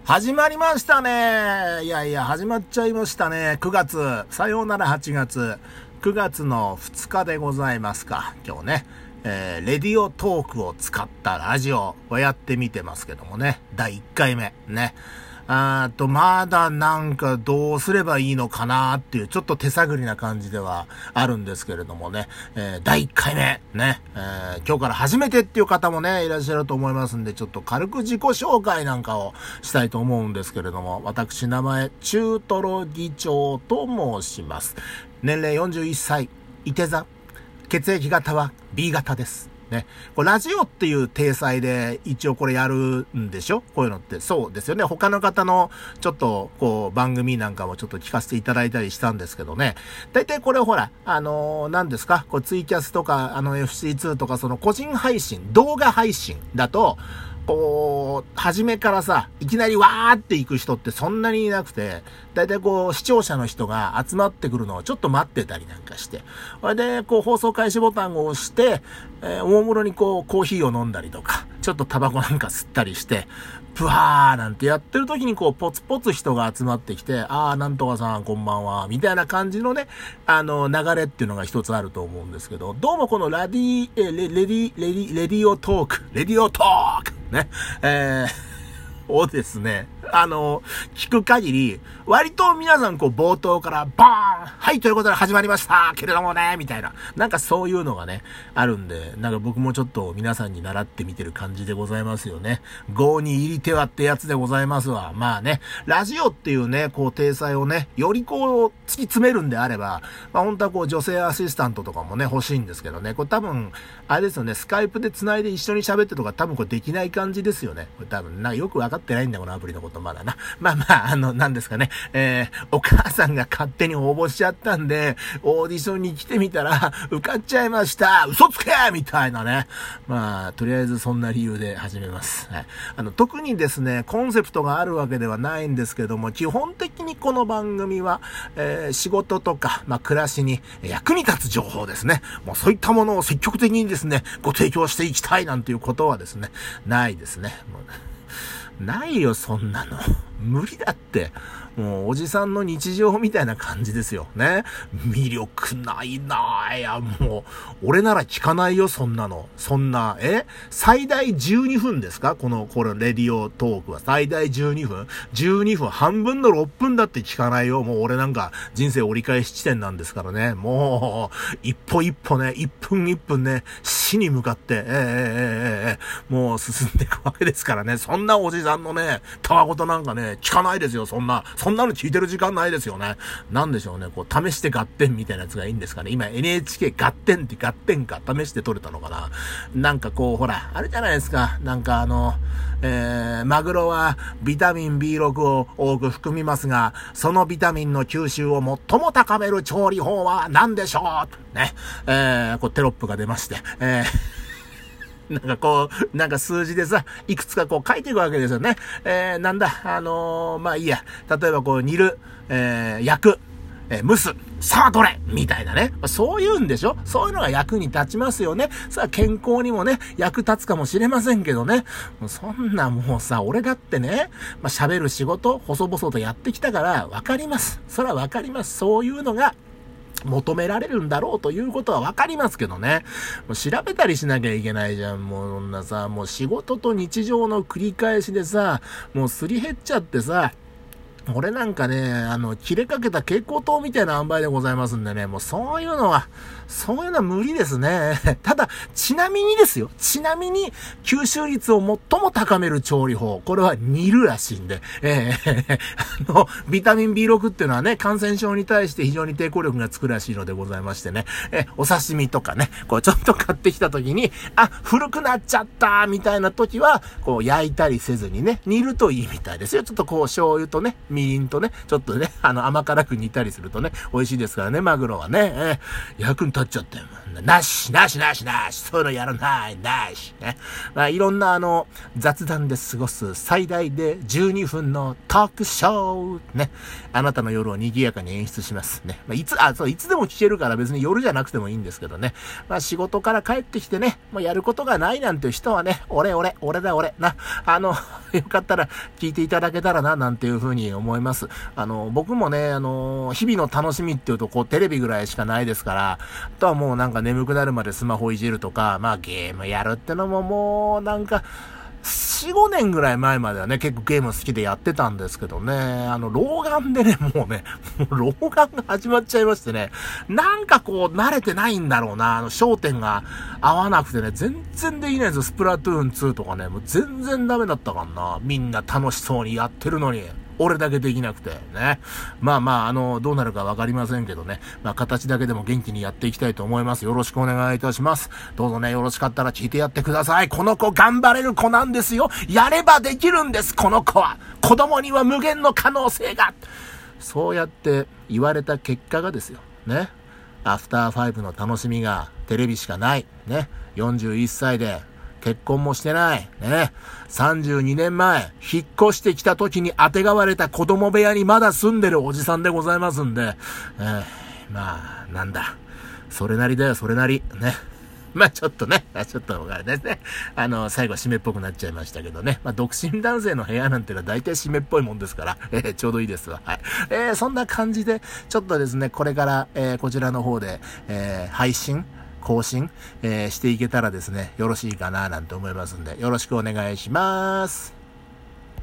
始まりましたね。いやいや、始まっちゃいましたね。9月、さようなら8月。9月の2日でございますか。今日ね、レディオトークを使ったラジオをやってみてますけどもね。第1回目。ね。まだなんかどうすればいいのかなっていうちょっと手探りな感じではあるんですけれどもね、第1回目ね、今日から初めてっていう方もねいらっしゃると思いますんで、ちょっと軽く自己紹介なんかをしたいと思うんですけれども、私名前中トロ議長と申します。年齢41歳、いて座、血液型は B 型ですね。これラジオっていう体裁で一応これやるんでしょ、こういうのって。そうですよね。他の方のちょっとこう番組なんかもちょっと聞かせていただいたりしたんですけどね。大体これほら、何ですか、こうツイキャスとかFC2 とかその個人配信、動画配信だと、こう、初めからさ、いきなりわーって行く人ってそんなにいなくて、だいたいこう、視聴者の人が集まってくるのをちょっと待ってたりなんかして、それで、こう、放送開始ボタンを押して、おもむろにこう、コーヒーを飲んだりとか、ちょっとタバコなんか吸ったりして、プワーなんてやってる時にこう、ポツポツ人が集まってきて、なんとかさんこんばんは、みたいな感じのね、流れっていうのが一つあると思うんですけど、どうもこのレディオトークね、をですね、聞く限り、割と皆さんこう冒頭からバーンはいということで始まりましたけれどもね、みたいな。なんかそういうのがね、あるんで、なんか僕もちょっと皆さんに習ってみてる感じでございますよね。郷に入り手はってやつでございますわ。まあね、ラジオっていうね、こう体裁をね、よりこう突き詰めるんであれば、本当はこう女性アシスタントとかもね、欲しいんですけどね、これ多分、あれですよね、スカイプで繋いで一緒に喋ってとか多分これできない感じですよね。これ多分、なんかよくわかってないんだ、このアプリのことまだな。なんですかね。お母さんが勝手に応募しちゃったんで、オーディションに来てみたら、受かっちゃいました。嘘つけみたいなね。とりあえずそんな理由で始めます。はい。特にですね、コンセプトがあるわけではないんですけども、基本的にこの番組は、仕事とか、暮らしに役に立つ情報ですね。もうそういったものを積極的にですね、ご提供していきたいなんていうことはですね、ないですね。ないよ、そんなの。無理だって。もう、おじさんの日常みたいな感じですよ。ね。魅力ないなぁ。いや、もう、俺なら聞かないよ、そんなの。そんな、最大12分ですか？このレディオトークは。最大12分 ?12 分、半分の6分だって聞かないよ。もう俺なんか、人生折り返し地点なんですからね。もう、一歩一歩ね、1分1分ね、死に向かって、もう進んでいくわけですからね。そんなおじさんのね、たわごとなんかね、聞かないですよ、そんなの聞いてる時間ないですよね。なんでしょうね、こう、試して合点みたいなやつがいいんですかね。今 NHK 合点って合点か、試して取れたのかな。なんかこう、ほら、あれじゃないですか。なんかマグロはビタミン B6 を多く含みますが、そのビタミンの吸収を最も高める調理法は何でしょうね。こう、テロップが出まして、なんかこう、なんか数字でさ、いくつかこう書いていくわけですよね。なんだ、いいや。例えばこう、煮る、焼く、蒸す、さあどれみたいなね。そういうんでしょ？そういうのが役に立ちますよね。さあ健康にもね、役立つかもしれませんけどね。そんなもうさ、俺だってね、喋る仕事、細々とやってきたから、わかります。それはわかります。そういうのが、求められるんだろうということはわかりますけどね。もう調べたりしなきゃいけないじゃん。もうそんなさ、もう仕事と日常の繰り返しでさ、もうすり減っちゃってさ、俺なんかね、切れかけた蛍光灯みたいな塩梅でございますんでね、もうそういうのは無理ですね。ただ、ちなみにですよ。ちなみに、吸収率を最も高める調理法。これは煮るらしいんで、ビタミン B6 っていうのはね、感染症に対して非常に抵抗力がつくらしいのでございましてね、お刺身とかね、こうちょっと買ってきた時に、古くなっちゃったみたいな時は、こう焼いたりせずにね、煮るといいみたいですよ。ちょっとこう醤油とね、 みりんとね、ちょっとね、甘辛く煮たりするとね、美味しいですからね、マグロはね。役に立っちゃったよ。なし、そういうのやらない、なし。ね。まあ、いろんな雑談で過ごす最大で12分のトークショー。ね。あなたの夜を賑やかに演出しますね。まあ、いつでも聞けるから別に夜じゃなくてもいいんですけどね。まあ、仕事から帰ってきてね、もうやることがないなんていう人はね、俺だ、な。よかったら聞いていただけたらな、なんていうふうに思います。僕もね、日々の楽しみっていうと、テレビぐらいしかないですから、あとはもうなんか眠くなるまでスマホいじるとか、まあゲームやるってのももうなんか、4、5年ぐらい前まではね、結構ゲーム好きでやってたんですけどね、老眼でね、もう老眼が始まっちゃいましてね、なんか慣れてないんだろうな、焦点が合わなくてね、全然できないんですよ。スプラトゥーン2とかね、もう全然ダメだったからな。みんな楽しそうにやってるのに。俺だけできなくてね。まあどうなるかわかりませんけどね。まあ形だけでも元気にやっていきたいと思います。よろしくお願いいたします。どうぞね、よろしかったら聞いてやってください。この子頑張れる子なんですよ。やればできるんです、この子は。子供には無限の可能性が。そうやって言われた結果がですよ。ね。アフター5の楽しみがテレビしかない。ね。41歳で。結婚もしてない。ね。32年前、引っ越してきた時に当てがわれた子供部屋にまだ住んでるおじさんでございますんで、まあ、なんだ。それなりだよ、それなり。ね。まあちょっとね、あれですね。最後締めっぽくなっちゃいましたけどね。まあ独身男性の部屋なんてのは大体締めっぽいもんですから、ちょうどいいですわ。はい。そんな感じで、ちょっとですね、これから、こちらの方で、更新、していけたらですね、よろしいかななんて思いますんで、よろしくお願いします。